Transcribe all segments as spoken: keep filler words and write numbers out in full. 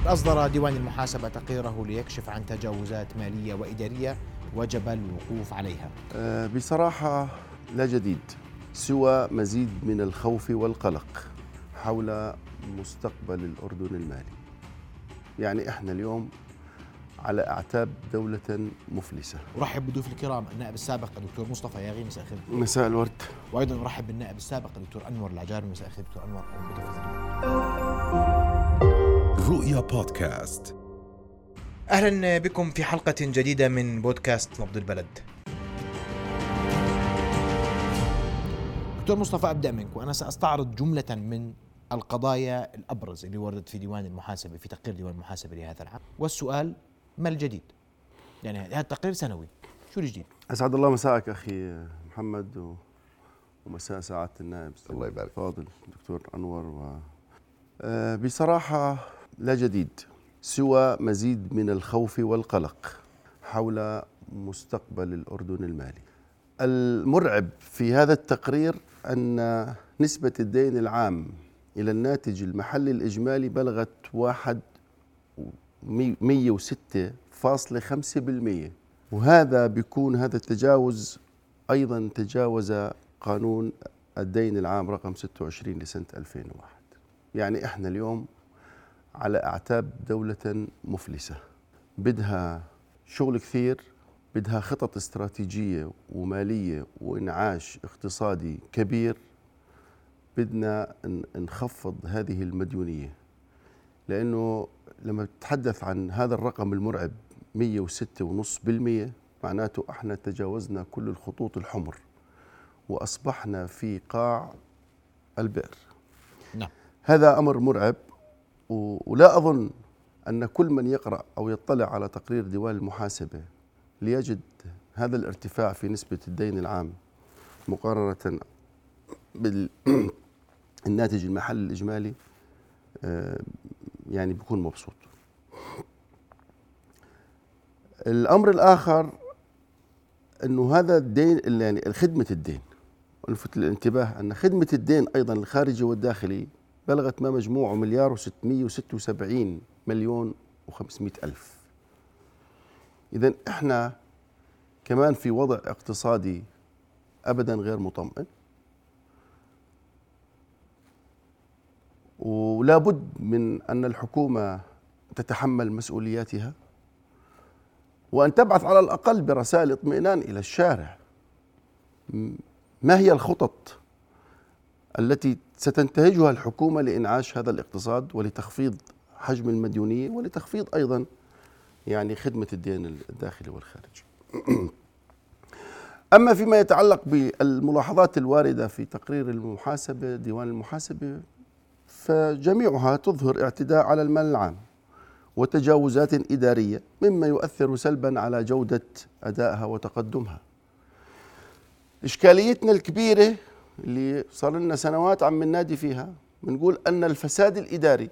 أصدر ديوان المحاسبة تقريره ليكشف عن تجاوزات مالية وإدارية وجب الوقوف عليها. أه بصراحة لا جديد سوى مزيد من الخوف والقلق حول مستقبل الأردن المالي. يعني إحنا اليوم على أعتاب دولة مفلسة. أرحب بضيوف الكرام النائب السابق الدكتور مصطفى ياغي، مساء الخير. مساء الورد. وأيضا أرحب بالنائب السابق الدكتور أنور العجاري، مساء الخير دكتور أنور. رؤيا بودكاست. أهلا بكم في حلقة جديدة من بودكاست نبض البلد. دكتور مصطفى، أبدأ منك وأنا سأستعرض جملة من القضايا الأبرز اللي وردت في ديوان المحاسبة، في تقرير ديوان المحاسبة لهذا العام، والسؤال ما الجديد؟ يعني هذا التقرير سنوي، شو الجديد؟ أسعد الله مساءك أخي محمد ومساء سعادة النائب الله يبارك فاضل دكتور أنور. و... أه بصراحة لا جديد سوى مزيد من الخوف والقلق حول مستقبل الأردن المالي. المرعب في هذا التقرير أن نسبة الدين العام إلى الناتج المحلي الإجمالي بلغت واحد مئة وستة فاصلة خمسة بالمئة، وهذا بيكون هذا التجاوز أيضا تجاوز قانون الدين العام رقم ستة وعشرين لسنة ألفين وواحد. يعني إحنا اليوم على أعتاب دولة مفلسة، بدها شغل كثير، بدها خطط استراتيجية ومالية وإنعاش اقتصادي كبير. بدنا نخفض هذه المديونية، لأنه لما تتحدث عن هذا الرقم المرعب مئة وستة فاصلة خمسة بالمئة معناته احنا تجاوزنا كل الخطوط الحمر وأصبحنا في قاع البئر. نعم. هذا أمر مرعب، ولا أظن أن كل من يقرأ أو يطلع على تقرير ديوان المحاسبة ليجد هذا الارتفاع في نسبة الدين العام مقارنة بالناتج المحلي الإجمالي يعني بيكون مبسوط. الأمر الآخر أنه هذا الدين يعني خدمة الدين، ونلفت الانتباه أن خدمة الدين أيضا الخارجي والداخلي بلغت ما مجموعه مليار وستمئة وستة وسبعين مليون وخمسمئة ألف. إذن إحنا كمان في وضع اقتصادي أبدا غير مطمئن، ولا بد من أن الحكومة تتحمل مسؤولياتها وأن تبعث على الأقل برسائل اطمئنان إلى الشارع. ما هي الخطط التي ستنتهجها الحكومة لإنعاش هذا الاقتصاد ولتخفيض حجم المديونية ولتخفيض أيضا يعني خدمة الدين الداخلي والخارجي. أما فيما يتعلق بالملاحظات الواردة في تقرير المحاسبة ديوان المحاسبة فجميعها تظهر اعتداء على المال العام وتجاوزات إدارية، مما يؤثر سلبا على جودة أدائها وتقدمها. إشكاليتنا الكبيرة اللي صار لنا سنوات عم ننادي فيها، بنقول أن الفساد الإداري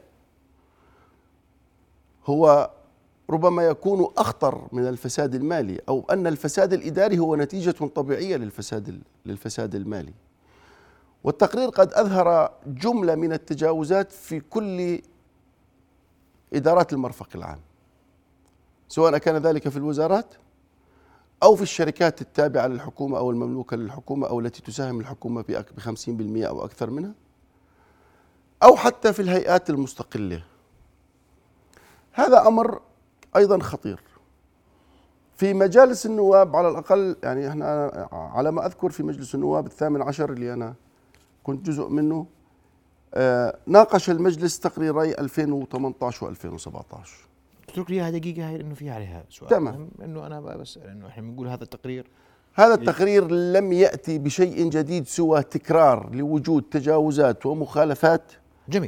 هو ربما يكون أخطر من الفساد المالي، أو أن الفساد الإداري هو نتيجة طبيعية للفساد للفساد المالي. والتقرير قد أظهر جملة من التجاوزات في كل إدارات المرفق العام، سواء كان ذلك في الوزارات أو في الشركات التابعة للحكومة أو المملوكة للحكومة أو التي تساهم الحكومة بخمسين بالمئة أو أكثر منها، أو حتى في الهيئات المستقلة. هذا أمر أيضا خطير. في مجالس النواب على الأقل، يعني احنا على ما أذكر في مجلس النواب الثامن عشر اللي أنا كنت جزء منه، آه ناقش المجلس تقريري ألفين وثمانية عشر وألفين وسبعة عشر. اترك لي دقيقة هاي لأنه في عليها سؤال. تمام. إنه أنا بسأل إنه إحنا بنقول هذا التقرير هذا التقرير لم يأتي بشيء جديد سوى تكرار لوجود تجاوزات ومخالفات. جميل.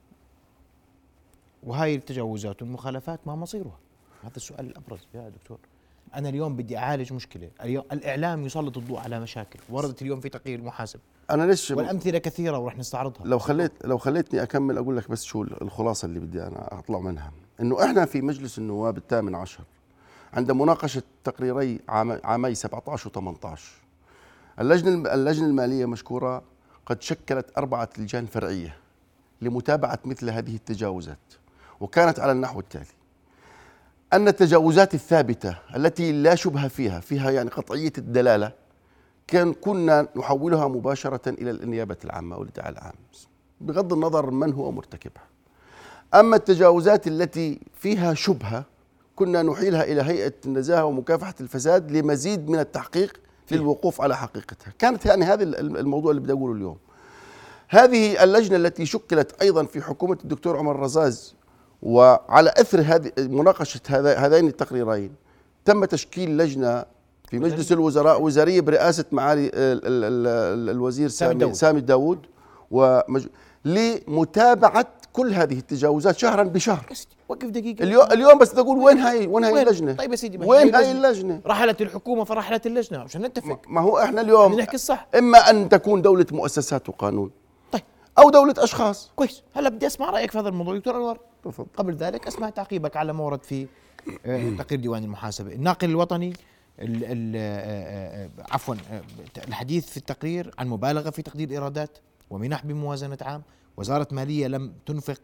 وهاي التجاوزات والمخالفات ما مصيرها؟ هذا السؤال الأبرز يا دكتور. أنا اليوم بدي أعالج مشكلة، اليوم الإعلام يسلط الضوء على مشاكل وردت اليوم في تقرير المحاسبة، أنا ليش والأمثلة كثيرة ورح نستعرضها. لو خليت لو خليتني أكمل أقول لك بس شو الخلاصة اللي بدي أنا أطلع منها. إنه إحنا في مجلس النواب الثامن عشر عند مناقشة تقريري عامي سبعة عشر وثمانية عشر، اللجنة اللجنة المالية مشكورة قد شكلت أربعة لجان فرعية لمتابعة مثل هذه التجاوزات، وكانت على النحو التالي: أن التجاوزات الثابتة التي لا شبهة فيها فيها يعني قطعية الدلالة كان كنا نحولها مباشرة إلى النيابة العامة أو الادعاء العام بغض النظر من هو مرتكبها. أما التجاوزات التي فيها شبهة كنا نحيلها إلى هيئة النزاهة ومكافحة الفساد لمزيد من التحقيق للوقوف على حقيقتها. كانت يعني هذا الموضوع اللي بدي أقوله اليوم. هذه اللجنة التي شكلت أيضا في حكومة الدكتور عمر رزاز، وعلى أثر هذه مناقشة هذين التقريرين تم تشكيل لجنة في مجلس الوزراء وزارية برئاسة معالي الوزير سامي, سامي داود ومج... لمتابعة كل هذه التجاوزات شهرا بشهر. وقف دقيقة. اليوم اليوم بس تقول وين هاي وين هاي اللجنة؟ طيب يا سيدي، وين هاي اللجنة؟ رحلت الحكومة فرحلت اللجنة عشان نتفق. ما هو احنا اليوم نحكي الصح. اما ان تكون دولة مؤسسات وقانون، طيب، او دولة اشخاص. كويس. هلا بدي اسمع رأيك في هذا الموضوع دكتور انور. تفضل. قبل ذلك اسمع تعقيبك على ما ورد في تقرير ديوان المحاسبة. الناقل الوطني ال ال عفوا الحديث في التقرير عن مبالغة في تقدير إيرادات ومنح بموازنة عام. وزارة مالية لم تنفق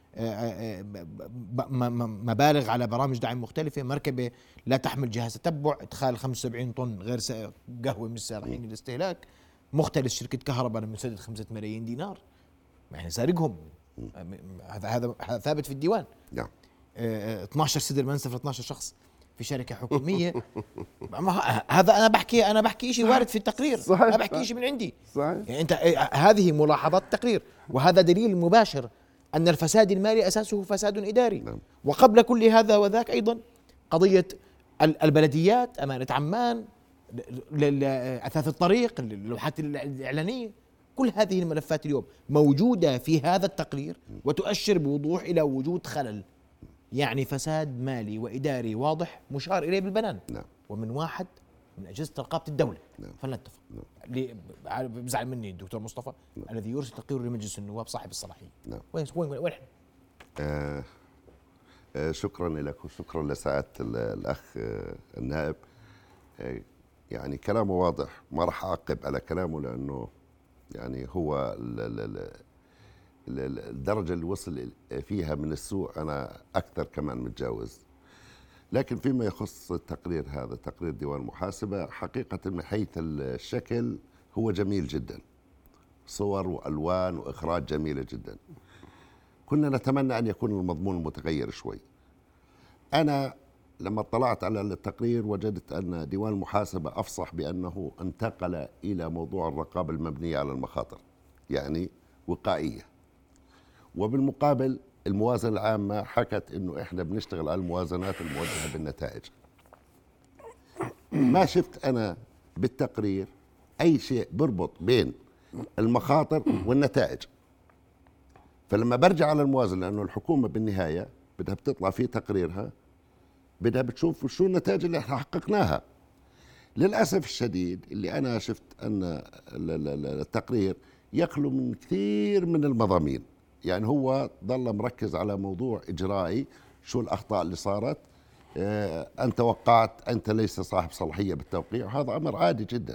مبالغ على برامج دعم مختلفة. مركبة لا تحمل جهاز تتبع. ادخال خمسة وسبعين طن غير قهوة من السارقين الاستهلاك. مختلس شركة كهرباء لم يسدد خمسة ملايين دينار، يعني سارقهم. هذا هذا ثابت في الديوان. نعم. اثني عشر صدر منصف ل اثني عشر شخص في شركة حكومية. هذا أنا بحكي أنا بحكي شيء وارد في التقرير. صحيح. أنا بحكي شيء من عندي. صحيح. يعني أنت هذه ملاحظات التقرير، وهذا دليل مباشر أن الفساد المالي أساسه فساد إداري. نعم. وقبل كل هذا وذاك أيضا قضية البلديات، أمانة عمان، أثاث الطريق، اللوحات الإعلانية، كل هذه الملفات اليوم موجودة في هذا التقرير وتؤشر بوضوح إلى وجود خلل، يعني فساد مالي وإداري واضح مشار إليه بالبنان. نعم. ومن واحد من أجهزة رقابة الدولة. نعم. فلنتفق. نعم. اللي بزعل مني الدكتور مصطفى. نعم. الذي يرسل تقريره لمجلس النواب صاحب الصلاحية. نعم. وين وين وين احنا؟ آه آه شكرا لك وشكرا لسعادة الأخ آه النائب. آه يعني كلامه واضح، ما راح أعقب على كلامه لأنه يعني هو ال ال الدرجة اللي وصل فيها من السوء أنا أكثر كمان متجاوز. لكن فيما يخص التقرير هذا، تقرير ديوان المحاسبة، حقيقة من حيث الشكل هو جميل جدا، صور وألوان وإخراج جميلة جدا. كنا نتمنى أن يكون المضمون متغير شوي. أنا لما اطلعت على التقرير وجدت أن ديوان المحاسبة أفصح بأنه انتقل إلى موضوع الرقابة المبنية على المخاطر، يعني وقائية. وبالمقابل الموازنة العامة حكت إنه إحنا بنشتغل على الموازنات الموجهة بالنتائج. ما شفت أنا بالتقرير أي شيء بربط بين المخاطر والنتائج. فلما برجع على الموازنة، لأنه الحكومة بالنهاية بدها بتطلع في تقريرها بدها بتشوف شو النتائج اللي احنا حققناها. للأسف الشديد اللي أنا شفت أن التقرير يخلو من كثير من المضامين. يعني هو ضل مركز على موضوع إجرائي، شو الأخطاء اللي صارت، اه أنت وقعت، أنت ليس صاحب صلاحية بالتوقيع، وهذا أمر عادي جدا.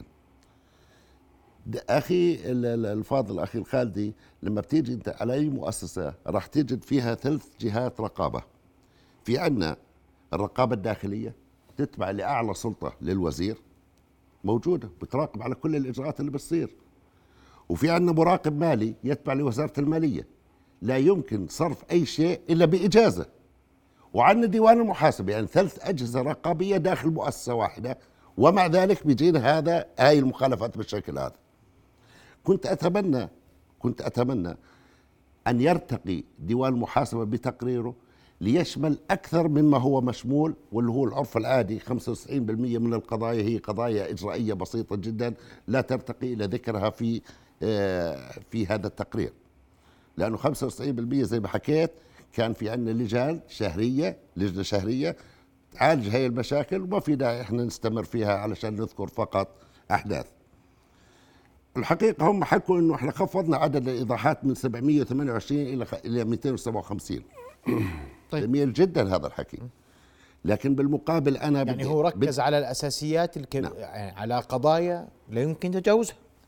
أخي الفاضل أخي الخالدي، لما بتيجي أنت على أي مؤسسة راح تجد فيها ثلاث جهات رقابة. في عنا الرقابة الداخلية تتبع لأعلى سلطة للوزير، موجودة بتراقب على كل الإجراءات اللي بتصير. وفي عنا مراقب مالي يتبع لوزارة المالية، لا يمكن صرف أي شيء إلا بإجازة. وعنا ديوان المحاسبة، يعني ثلاث أجهزة رقابية داخل مؤسسة واحدة، ومع ذلك بيجينا هذا هاي المخالفات بالشكل هذا. كنت أتمنى كنت أتمنى أن يرتقي ديوان المحاسبة بتقريره ليشمل أكثر مما هو مشمول، واللي هو العرف العادي. خمسة وتسعين بالمئة من القضايا هي قضايا إجرائية بسيطة جدا لا ترتقي إلى ذكرها في في هذا التقرير، لأنه خمسة وتسعين بالمئة زي ما حكيت كان في عندنا لجان شهرية لجنة شهرية تعالج هاي المشاكل، وما في داعي احنا نستمر فيها علشان نذكر فقط أحداث. الحقيقة هم حكوا إنه احنا خفضنا عدد الإيضاحات من سبعمئة وثمانية وعشرين إلى إلى مئتين وسبعة وخمسين. طيب. جميل جدا هذا الحكي، لكن بالمقابل أنا يعني هو ركز على الأساسيات الك... نعم. يعني على قضايا لا يمكن تجاوزها.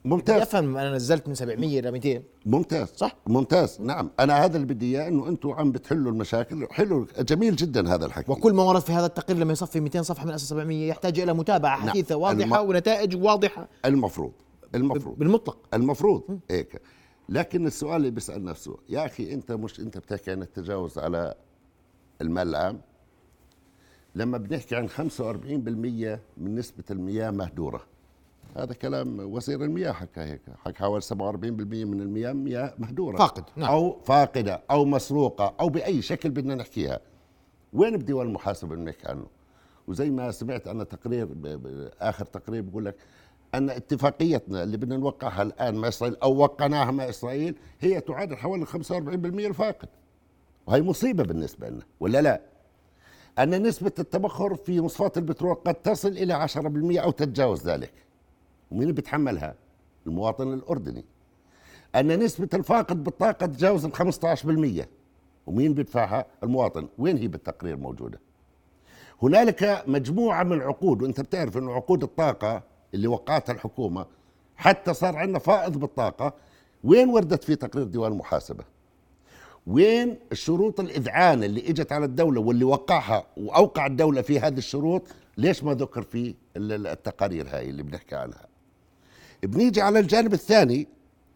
ممتاز. افهم انا نزلت من سبعمية الى مئتين. ممتاز صح. ممتاز. نعم انا هذا اللي بدي اياه، انه انتم عم بتحلوا المشاكل. حلو جميل جدا هذا الحكي. وكل ما ورد في هذا التقرير لما يصفي مئتين صفحه من اساس سبعمية يحتاج الى متابعه حديثه نعم. واضحه الم... ونتائج واضحه. المفروض المفروض بالمطلق المفروض هيك. لكن السؤال اللي بيسأل نفسه، يا أخي أنت مش أنت بتحكي عن التجاوز على المال العام، لما بنحكي عن خمسة وأربعين بالمئة من نسبة المياه مهدورة، هذا كلام وزير المياه حكى هيك، حكى حوالي سبعة وأربعين بالمئة من المياه مياه مهدورة فاقد نعم. أو فاقدة أو مسروقة أو بأي شكل بدنا نحكيها. وين بديوان المحاسبة بنحكي عنه؟ وزي ما سمعت أنا تقرير آخر تقرير بقول لك أن اتفاقيتنا اللي بدنا نوقعها الآن مع إسرائيل أو وقعناها مع إسرائيل هي تعادل حوالي خمسة وأربعين بالمئة الفاقد، وهي مصيبة بالنسبة لنا ولا لا؟ أن نسبة التبخر في مصفاة البترول قد تصل إلى عشرة بالمئة أو تتجاوز ذلك، ومين بيتحملها؟ المواطن الأردني. أن نسبة الفاقد بالطاقة تتجاوز ال خمسة عشر بالمئة، ومين بيدفعها؟ المواطن. وين هي بالتقرير موجودة؟ هنالك مجموعة من العقود، وأنت بتعرف أن عقود الطاقة اللي وقعتها الحكومة حتى صار عندنا فائض بالطاقة، وين وردت في تقرير ديوان المحاسبة؟ وين الشروط الإذعان اللي اجت على الدولة واللي وقعها وأوقع الدولة في هذه الشروط؟ ليش ما ذكر في التقارير هاي اللي بنحكي عنها؟ بنيجي على الجانب الثاني،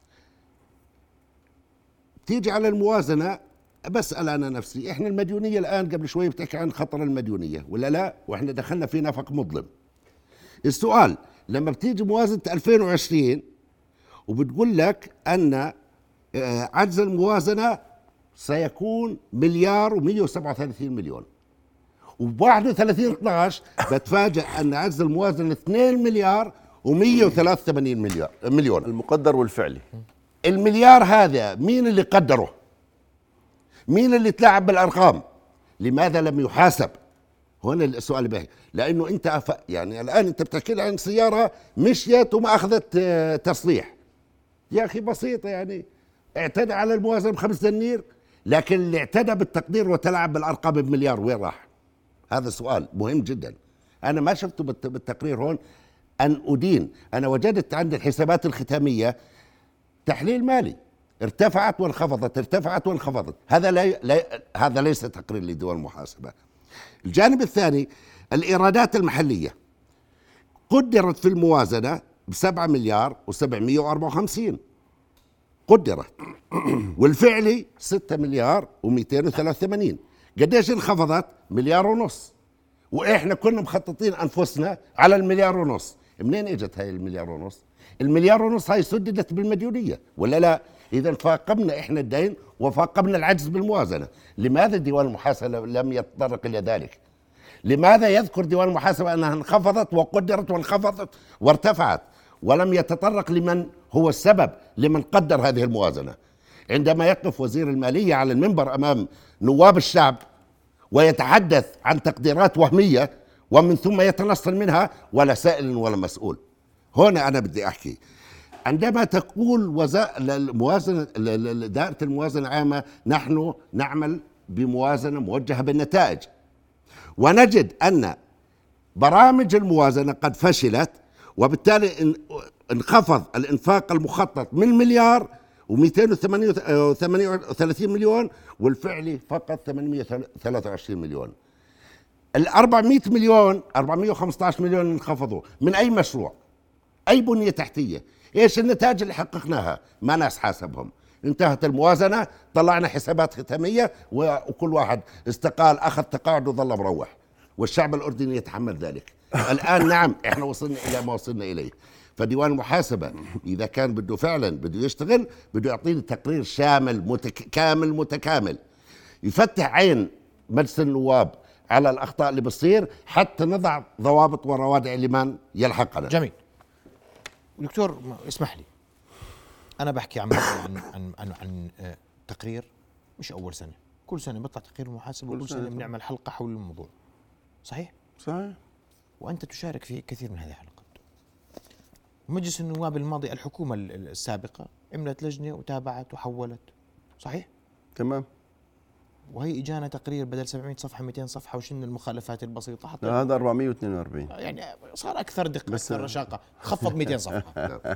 بتيجي على الموازنة. بسأل أنا نفسي، إحنا المديونية الآن قبل شوي بتحكي عن خطر المديونية ولا لا؟ وإحنا دخلنا في نفق مظلم. السؤال لما بتيجي موازنة ألفين وعشرين وبتقول لك أن عجز الموازنة سيكون مليار ومئة وسبعة وثلاثين مليون، وبواحد وثلاثين اثناشر بتفاجأ أن عجز الموازنة اثنين مليار ومئة وثلاثة وثمانين مليار مليون المقدر والفعلي. المليار هذا مين اللي قدره؟ مين اللي تلعب بالأرقام؟ لماذا لم يحاسب؟ هنا السؤال به، لأنه أنت أف... يعني الآن أنت بتحكي لي عن سيارة مشيت وما أخذت تصليح. يا أخي بسيطة، يعني اعتدى على الموازنة بخمس دنانير، لكن اللي اعتدى بالتقدير وتلعب بالأرقام بمليار وين راح؟ هذا سؤال مهم جدا. أنا ما شفته بالتقرير هون أن أدين. أنا وجدت عند الحسابات الختامية تحليل مالي ارتفعت وانخفضت ارتفعت وانخفضت. هذا لا... لا... هذا ليس تقرير لديوان المحاسبة. الجانب الثاني الإيرادات المحلية قدرت في الموازنة بسبعة مليار وسبعمئة وأربعة وخمسين قدرت، والفعلي ستة مليار ومئتين وثلاثة وثمانين. قديش انخفضت؟ مليار ونص، وإحنا كنا مخططين أنفسنا على المليار ونص. منين اجت هاي المليار ونص؟ المليار ونص هاي سددت بالمديونية ولا لا؟ إذا فاقمنا إحنا الدين وفاقمنا العجز بالموازنة. لماذا ديوان المحاسبة لم يتطرق إلى ذلك؟ لماذا يذكر ديوان المحاسبة أنها انخفضت وقدرت وانخفضت وارتفعت، ولم يتطرق لمن هو السبب لمن قدر هذه الموازنة؟ عندما يقف وزير المالية على المنبر أمام نواب الشعب ويتحدث عن تقديرات وهمية ومن ثم يتنصل منها ولا سائل ولا مسؤول. هنا أنا بدي أحكي، عندما تقول وزارة الموازنة دائرة الموازنة العامة نحن نعمل بموازنة موجهة بالنتائج، ونجد أن برامج الموازنة قد فشلت، وبالتالي انخفض الإنفاق المخطط من مليار ومئتين وثمانية وثلاثين مليون والفعلي فقط ثمانمئة وثلاثة وعشرين مليون. الأربعمئة مليون أربعمئة وخمسة عشر مليون انخفضوا من أي مشروع؟ أي بنية تحتية؟ إيش النتائج اللي حققناها؟ ما ناس حاسبهم. انتهت الموازنة، طلعنا حسابات ختامية وكل واحد استقال أخذ تقاعد وظل مروح، والشعب الأردني يتحمل ذلك. الآن نعم إحنا وصلنا إلى ما وصلنا إليه. فديوان المحاسبة إذا كان بده فعلا بده يشتغل بده يعطيني تقرير شامل متك... كامل متكامل، يفتح عين مجلس النواب على الأخطاء اللي بتصير حتى نضع ضوابط وروادع لمن يلحقنا. جميل. دكتور اسمح لي، أنا بحكي عن عن عن, عن, عن تقرير مش أول سنة، كل سنة بطلع تقرير محاسبة وكل سنة بنعمل حلقة حول الموضوع. صحيح؟ صحيح. وأنت تشارك في كثير من هذه الحلقات. مجلس النواب الماضي الحكومة السابقة عملت لجنة وتابعت وحولت. صحيح؟ تمام. وهي إجانا تقرير بدل سبعمئة صفحة مئتين صفحة وشن المخالفات البسيطة حتى هذا أربعمئة واثنين وأربعين، يعني صار أكثر دقة أكثر رشاقة، خفض مئتين صفحة.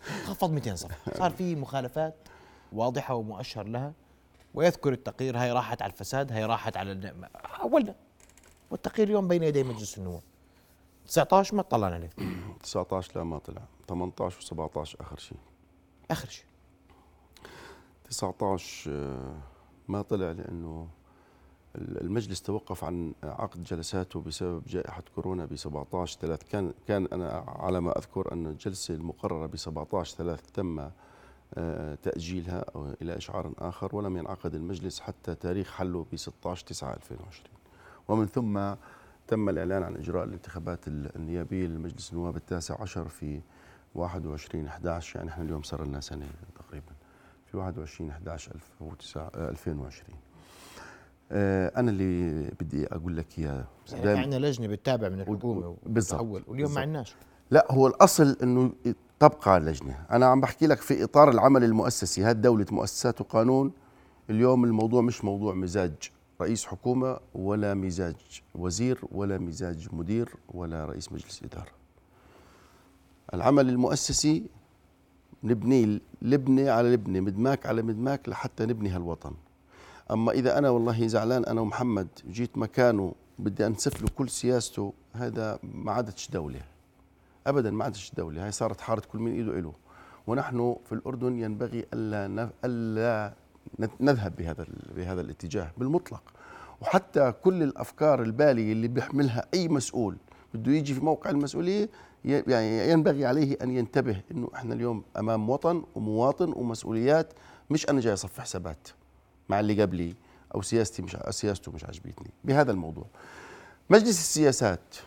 خفض مئتين صفحة، صار في مخالفات واضحة ومؤشر لها، ويذكر التقرير هاي راحت على الفساد، هاي راحت على أولنا، والتقرير اليوم بين يدي مجلس النواب. تسعة عشر ما طلعنا عليه. تسعة عشر لا ما طلع، ثمانية عشر وسبعة عشر آخر شيء. آخر شيء. تسعة عشر ما طلع لأنه المجلس توقف عن عقد جلساته بسبب جائحة كورونا ب سبعة عشر ثلاثة. كان كان أنا على ما أذكر أن الجلسة المقررة ب سبعة عشر ثلاثة تم تأجيلها إلى إشعار آخر، ولم ينعقد المجلس حتى تاريخ حله ب ستة عشر تسعة ألفين وعشرين، ومن ثم تم الإعلان عن إجراء الانتخابات النيابية لمجلس النواب التاسع عشر في واحد وعشرين أحد عشر. يعني احنا اليوم صار لنا سنة تقريبا، في واحد وعشرين أحد عشر ألفين وعشرين. أنا اللي بدي أقول لك إياه، عندنا لجنة بتتابع من الحكومة بالضبط، واليوم ما عندناش. لا، هو الأصل أنه تبقى اللجنة. أنا عم بحكي لك في إطار العمل المؤسسي، هذه دولة مؤسسات وقانون. اليوم الموضوع مش موضوع مزاج رئيس حكومة ولا مزاج وزير ولا مزاج مدير ولا رئيس مجلس إدارة. العمل المؤسسي نبني لبنة على لبنة، مدماك على مدماك، لحتى نبني هالوطن. أما إذا أنا والله زعلان أنا ومحمد جيت مكانه بدي أنسف له كل سياسته، هذا ما عادتش دولة أبدا، ما عادتش دولة، هاي صارت حارة كل من إيده إله. ونحن في الأردن ينبغي ألا ألا نذهب بهذا بهذا الاتجاه بالمطلق. وحتى كل الأفكار البالية اللي بيحملها أي مسؤول بده يجي في موقع المسؤولية، يعني ينبغي عليه أن ينتبه إنه إحنا اليوم أمام وطن ومواطن ومسؤوليات، مش أنا جاي أصفي حسابات مع اللي قبلي أو سياستي مش سياسته مش عجبتني بهذا الموضوع. مجلس السياسات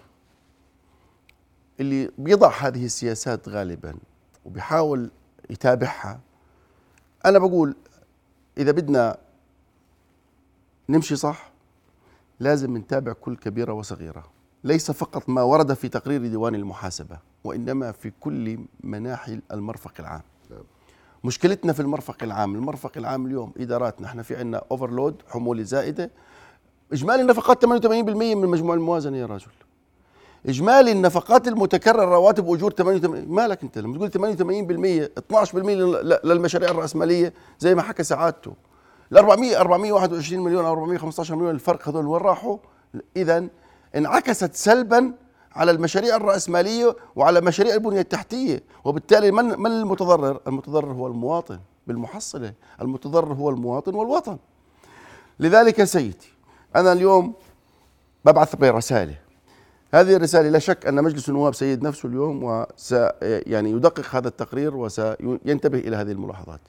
اللي بيضع هذه السياسات غالبا وبيحاول يتابعها، أنا بقول إذا بدنا نمشي صح لازم نتابع كل كبيرة وصغيرة، ليس فقط ما ورد في تقرير ديوان المحاسبة، وإنما في كل مناحي المرفق العام. مشكلتنا في المرفق العام، المرفق العام اليوم إداراتنا احنا في عندنا اوفرلود، حمولة زائدة. إجمالي النفقات ثمانية وثمانين بالمئة من مجموع الموازنة يا رجل. إجمالي النفقات المتكررة رواتب وأجور ثمانية وثمانين. مالك أنت لما تقول ثمانية وثمانين بالمئة، اثني عشر بالمئة للمشاريع الرأسمالية زي ما حكى سعادته. ال أربعمئة أربعمئة وواحد وعشرين مليون أو أربعمئة وخمسة عشر مليون الفرق هذول وين راحوا؟ إذا انعكست سلبا على المشاريع الرأسمالية وعلى مشاريع البنية التحتية، وبالتالي من من المتضرر؟ المتضرر هو المواطن بالمحصلة، المتضرر هو المواطن والوطن. لذلك سيدي أنا اليوم ببعث برسالة، هذه الرسالة لا شك أن مجلس النواب سيد نفسه اليوم وس يعني يدقق هذا التقرير وسينتبه إلى هذه الملاحظات.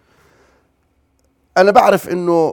أنا بعرف إنه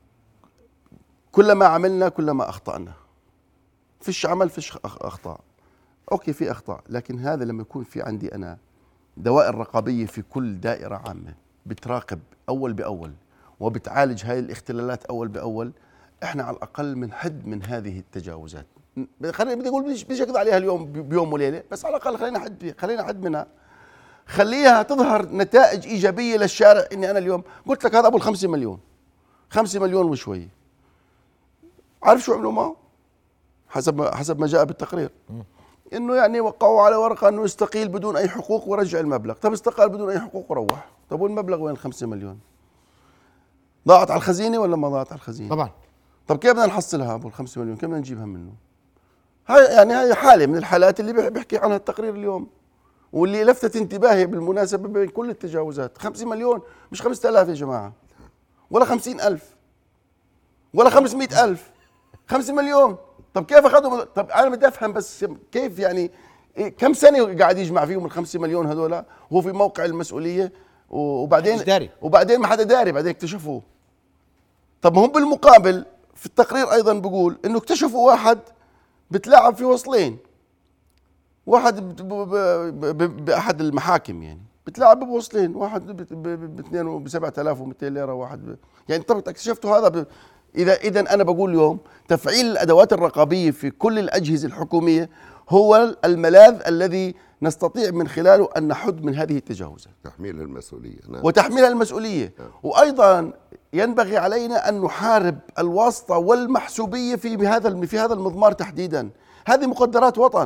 كلما عملنا كلما أخطأنا، فيش عمل فيش أخطاء، أوكي في أخطاء، لكن هذا لما يكون في عندي أنا دوائر رقابية في كل دائرة عامة بتراقب أول بأول وبتعالج هاي الاختلالات أول بأول، إحنا على الأقل منحد من هذه التجاوزات. خلينا بدي أقول بديش أقضي عليها اليوم بيوم وليلة، بس على الأقل خلينا حد خلينا حد منها، خليها تظهر نتائج إيجابية للشارع. إني أنا اليوم قلت لك هذا أبو الخمسة مليون، خمسة مليون وشوي، عارف شو عملوا معه؟ حسب ما حسب ما جاء بالتقرير إنه يعني وقعوا على ورقة إنه يستقيل بدون أي حقوق ورجع المبلغ. طب استقال بدون أي حقوق وروح، طب والمبلغ وين؟ الخمسة مليون ضاعت على الخزينة ولا ما ضاعت على الخزينة؟ طبعا. طب كيف بدنا نحصلها أبو الخمسة مليون؟ كيف بدنا نجيبها منه؟ هاي يعني هاي حالة من الحالات اللي بيحكي عنها التقرير اليوم، واللي لفتت انتباهي بالمناسبة بين كل التجاوزات. خمسة مليون مش خمسة آلاف يا جماعة، ولا خمسين ألف، ولا خمسمئة ألف، خمسة مليون. طب كيف أخذوا؟ طب أنا بدي أفهم بس كيف يعني كم سنة قاعد يجمع فيهم الخمسة مليون هذول وهو في موقع المسؤولية، وبعدين وبعدين ما حدا داري، بعدين اكتشفوه. طب هم بالمقابل في التقرير أيضا بقول إنه اكتشفوا واحد بتلاعب في وصلين، واحد بأحد المحاكم يعني بتلاعب بوصلين، واحد باثنين بسبعة آلاف ومئتين ليرة، واحد ب... يعني طب اكتشفتوا هذا ب... إذا إذا أنا بقول اليوم تفعيل الأدوات الرقابية في كل الأجهزة الحكومية هو الملاذ الذي نستطيع من خلاله أن نحد من هذه التجاوزات. تحميل المسؤولية. نعم. وتحميل المسؤولية. نعم. وأيضا ينبغي علينا أن نحارب الواسطة والمحسوبية في هذا في هذا المضمار تحديدا. هذه مقدرات وطن،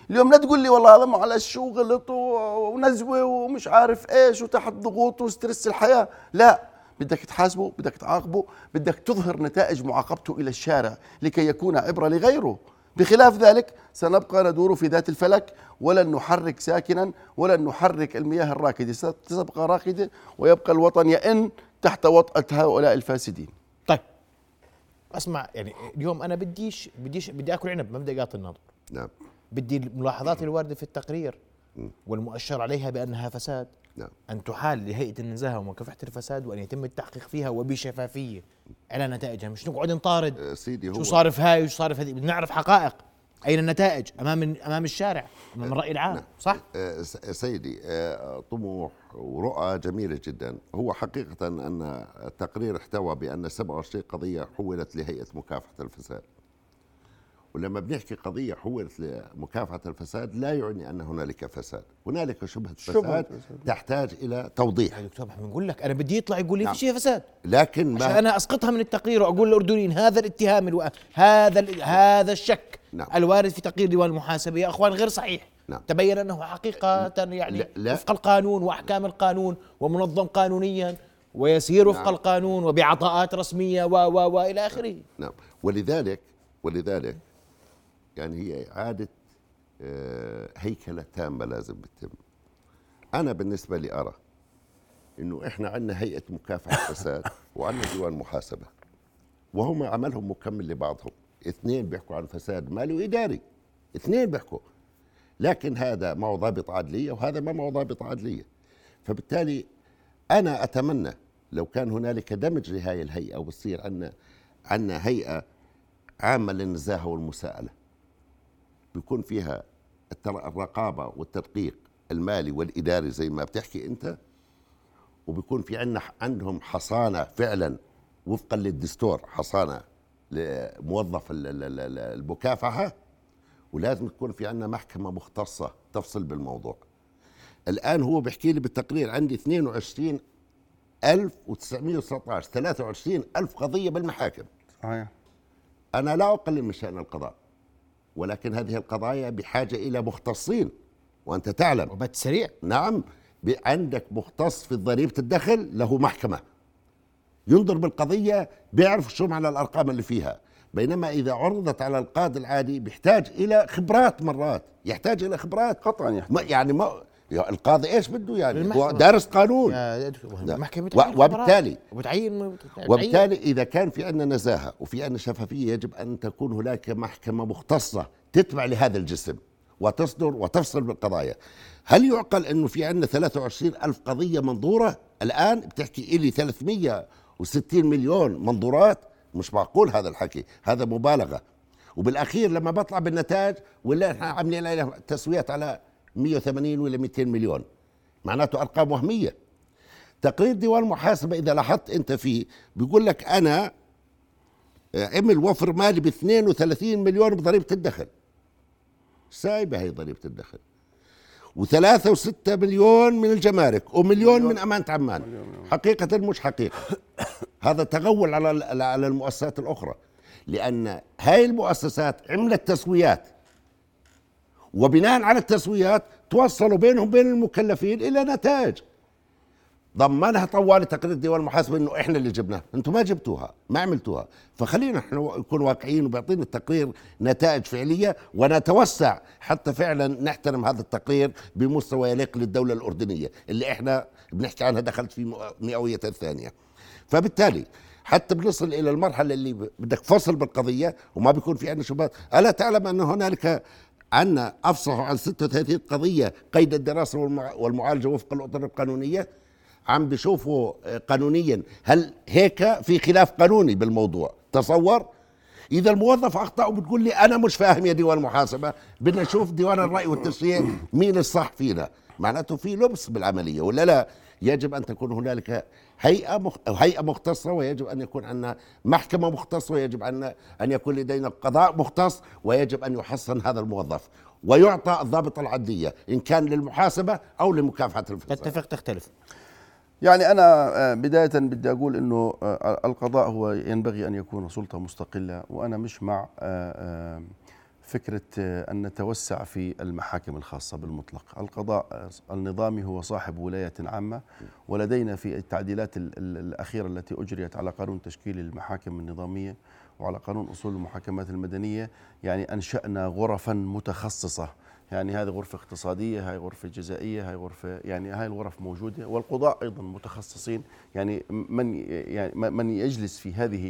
اليوم لا تقول لي والله هذا معلش وغلط ونزوه ومش عارف ايش وتحت ضغوط وسترس الحياه، لا، بدك تحاسبه، بدك تعاقبه، بدك تظهر نتائج معاقبته الى الشارع لكي يكون عبره لغيره. بخلاف ذلك سنبقى ندور في ذات الفلك ولن نحرك ساكنا ولن نحرك المياه الراكده، ستبقى راكده ويبقى الوطن يئن تحت وطأة هؤلاء الفاسدين. طيب اسمع، يعني اليوم انا بديش بديش بدي اكل عنب، ما بدي اقاطع الناظر. نعم. بدي الملاحظات الوارده في التقرير والمؤشر عليها بانها فساد نعم. ان تحال لهيئه النزاهه ومكافحه الفساد وان يتم التحقيق فيها وبشفافيه على نتائجها، مش نقعد نطارد سيدي. شو صار في هاي وشو صار في هذه، بدنا نعرف حقائق. اين النتائج امام امام الشارع، امام الراي العام. نعم. صح سيدي. طموح ورؤى جميله جدا. هو حقيقه ان التقرير احتوى بان سبعة وعشرين قضيه حولت لهيئه مكافحه الفساد، ولما بنحكي قضية حولت لمكافحة الفساد لا يعني أن هنالك فساد، هنالك شبهة فساد تحتاج إلى توضيح. يا دكتور محمد بنقول لك أنا بدي يطلع يقول لي نعم. في شيء فساد، لكن عشان أنا أسقطها من التقرير وأقول للأردنيين هذا الاتهام الو... هذا هذا الشك نعم. الوارد في تقرير ديوان المحاسبة يا أخوان غير صحيح. نعم. تبين أنه حقيقة يعني لا. لا. وفق القانون وأحكام القانون ومنظم قانونيا ويسير وفق نعم. القانون وبعطاءات رسمية و و وإلى آخره. نعم. ولذلك ولذلك يعني هي إعادة هيكلة تامة لازم بتتم. أنا بالنسبة لي أرى إنه إحنا عندنا هيئة مكافحة الفساد وعندنا ديوان محاسبة، وهم عملهم مكمل لبعضهم. اثنين بيحكوا عن فساد مالي وإداري، اثنين بيحكوا، لكن هذا معه ضابط عدلية وهذا ما معه ضابط عدلية. فبالتالي أنا أتمنى لو كان هنالك دمج لهذه الهيئة وبصير عندنا عندنا هيئة عامة للنزاهة والمساءلة بيكون فيها الرقابة والتدقيق المالي والإداري زي ما بتحكي أنت، وبيكون في عندنا عندهم حصانة فعلا وفقا للدستور، حصانة لموظف المكافحة، ولازم تكون في عندنا محكمة مختصة تفصل بالموضوع. الآن هو بيحكي لي بالتقرير عندي اثنين وعشرين ألف وتسعمئة وتسعة عشر ثلاثة وعشرين ألف قضية بالمحاكم. صحيح. أنا لا أقلل من شأن القضاء، ولكن هذه القضايا بحاجة إلى مختصين، وأنت تعلم. وبت سريع. نعم. عندك مختص في ضريبة الدخل له محكمة ينظر بالقضية، بيعرف شو معنى الأرقام اللي فيها، بينما إذا عرضت على القاضي العادي بيحتاج إلى خبرات، مرات يحتاج إلى خبرات قطعا يحتاج. يعني ما القاضي ايش بده يعني؟ هو دارس قانون. وبالتالي وبتعين وبالتالي اذا كان في عندنا نزاهه وفي عندنا شفافيه يجب ان تكون هناك محكمه مختصه تتبع لهذا الجسم وتصدر وتفصل بالقضايا. هل يعقل انه في عندنا ثلاثة وعشرين ألف قضيه منظوره الان؟ بتحكي لي ثلاثمئة وستين مليون منظورات؟ مش معقول هذا الحكي، هذا مبالغه. وبالاخير لما بطلع بالنتائج ولا احنا عاملين عليها تسويات على مئة وثمانين ولا مئتين مليون، معناته أرقام وهمية. تقرير ديوان المحاسبة إذا لاحظت أنت فيه بيقول لك أنا عمل وفر مالي ب اثنين وثلاثين مليون بضريبة الدخل، سايبة هي ضريبة الدخل، وثلاثة وستة مليون من الجمارك ومليون من أمانة عمان. حقيقة مش حقيقة، هذا تغول على على المؤسسات الأخرى، لأن هاي المؤسسات عملت تسويات، وبناء على التسويات توصلوا بينهم بين المكلفين إلى نتائج ضمنها طوال تقرير ديوان المحاسبة إنه إحنا اللي جبناها، أنتم ما جبتوها، ما عملتوها. فخلينا إحنا نكون واقعيين وبيعطينا التقرير نتائج فعلية ونتوسع حتى فعلا نحترم هذا التقرير بمستوى يليق للدولة الأردنية اللي إحنا بنحكي عنها دخلت في مئوية الثانية. فبالتالي حتى بنصل إلى المرحلة اللي بدك فصل بالقضية وما بيكون في عندنا شبهات. ألا تعلم أن هنالك عنا أفصحوا عن ستة وثلاثين قضية قيد الدراسة والمعالجة وفق الأطر القانونية؟ عم بيشوفوا قانونيا هل هيك في خلاف قانوني بالموضوع؟ تصور إذا الموظف أخطأ وبتقول لي أنا مش فاهم يا ديوان المحاسبة، بدنا نشوف ديوان الرأي والتشريع مين الصح فينا، معناته في لبس بالعملية ولا لا؟ يجب أن تكون هنالك هيئة مخ... هيئة مختصة، ويجب أن يكون عندنا محكمة مختصة، ويجب أن أن يكون لدينا قضاء مختص، ويجب أن يحصن هذا الموظف ويعطى الضابط العدلية إن كان للمحاسبة أو لمكافحة الفساد. تتفق تختلف؟ يعني أنا بداية بدي أقول إنه القضاء هو ينبغي أن يكون سلطة مستقلة، وأنا مش مع فكرة أن نتوسع في المحاكم الخاصة بالمطلق. القضاء النظامي هو صاحب ولاية عامة، ولدينا في التعديلات الأخيرة التي أجريت على قانون تشكيل المحاكم النظامية وعلى قانون أصول المحاكمات المدنية يعني أنشأنا غرفا متخصصة، يعني هذه غرفة اقتصادية، هاي غرفة جزائية، هاي غرفة، يعني هاي الغرف موجودة، والقضاء أيضا متخصصين، يعني من يعني من يجلس في هذه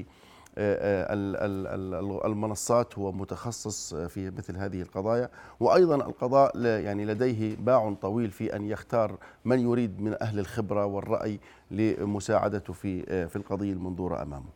المنصات هو متخصص في مثل هذه القضايا. وأيضا القضاء يعني لديه باع طويل في أن يختار من يريد من أهل الخبرة والرأي لمساعدته في في القضية المنظورة أمامه.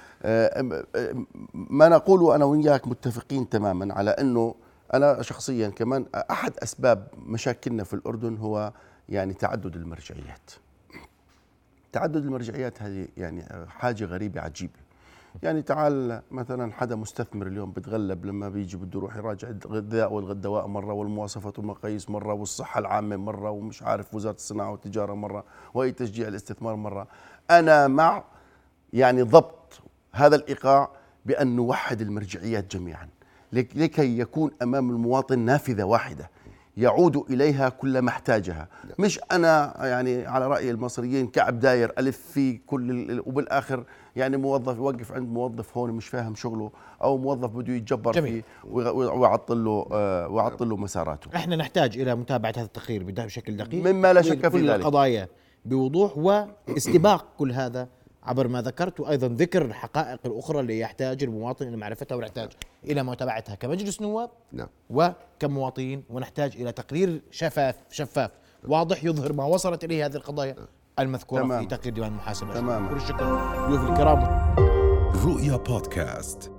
ما نقول أنا وإياك متفقين تماما على أنه أنا شخصيا كمان أحد أسباب مشاكلنا في الأردن هو يعني تعدد المرجعيات. تعدد المرجعيات هذه يعني حاجة غريبة عجيبة. يعني تعال مثلا حدا مستثمر اليوم بتغلب لما بيجي بده يروح يراجع الغذاء والغدواء مرة، والمواصفات والمقاييس مرة، والصحة العامة مرة، ومش عارف وزارة الصناعة والتجارة مرة، وأي تشجيع الاستثمار مرة. أنا مع يعني ضبط هذا الإيقاع بأن نوحد المرجعيات جميعا لكي يكون أمام المواطن نافذة واحدة يعود إليها كل ما احتاجها. مش أنا يعني على رأي المصريين كعب داير ألف في كل، وبالآخر يعني موظف يوقف عند موظف هون مش فاهم شغله، أو موظف بده يتجبر فيه ويعطل له ويعطل له مساراته. احنا نحتاج إلى متابعة هذا التقرير بشكل دقيق مما لا شك في كل ذلك، القضايا بوضوح واستباق كل هذا عبر ما ذكرت، وأيضا ذكر الحقائق الأخرى اللي يحتاج المواطن إلى معرفتها ونحتاج إلى متابعتها كمجلس نواب نعم. وكمواطنين، ونحتاج إلى تقرير شفاف شفاف واضح يظهر ما وصلت إليه هذه القضايا المذكورة تمام. في تقرير ديوان المحاسبة. تمام. كل الشكر ضيوف الكرام. رؤيا بودكاست.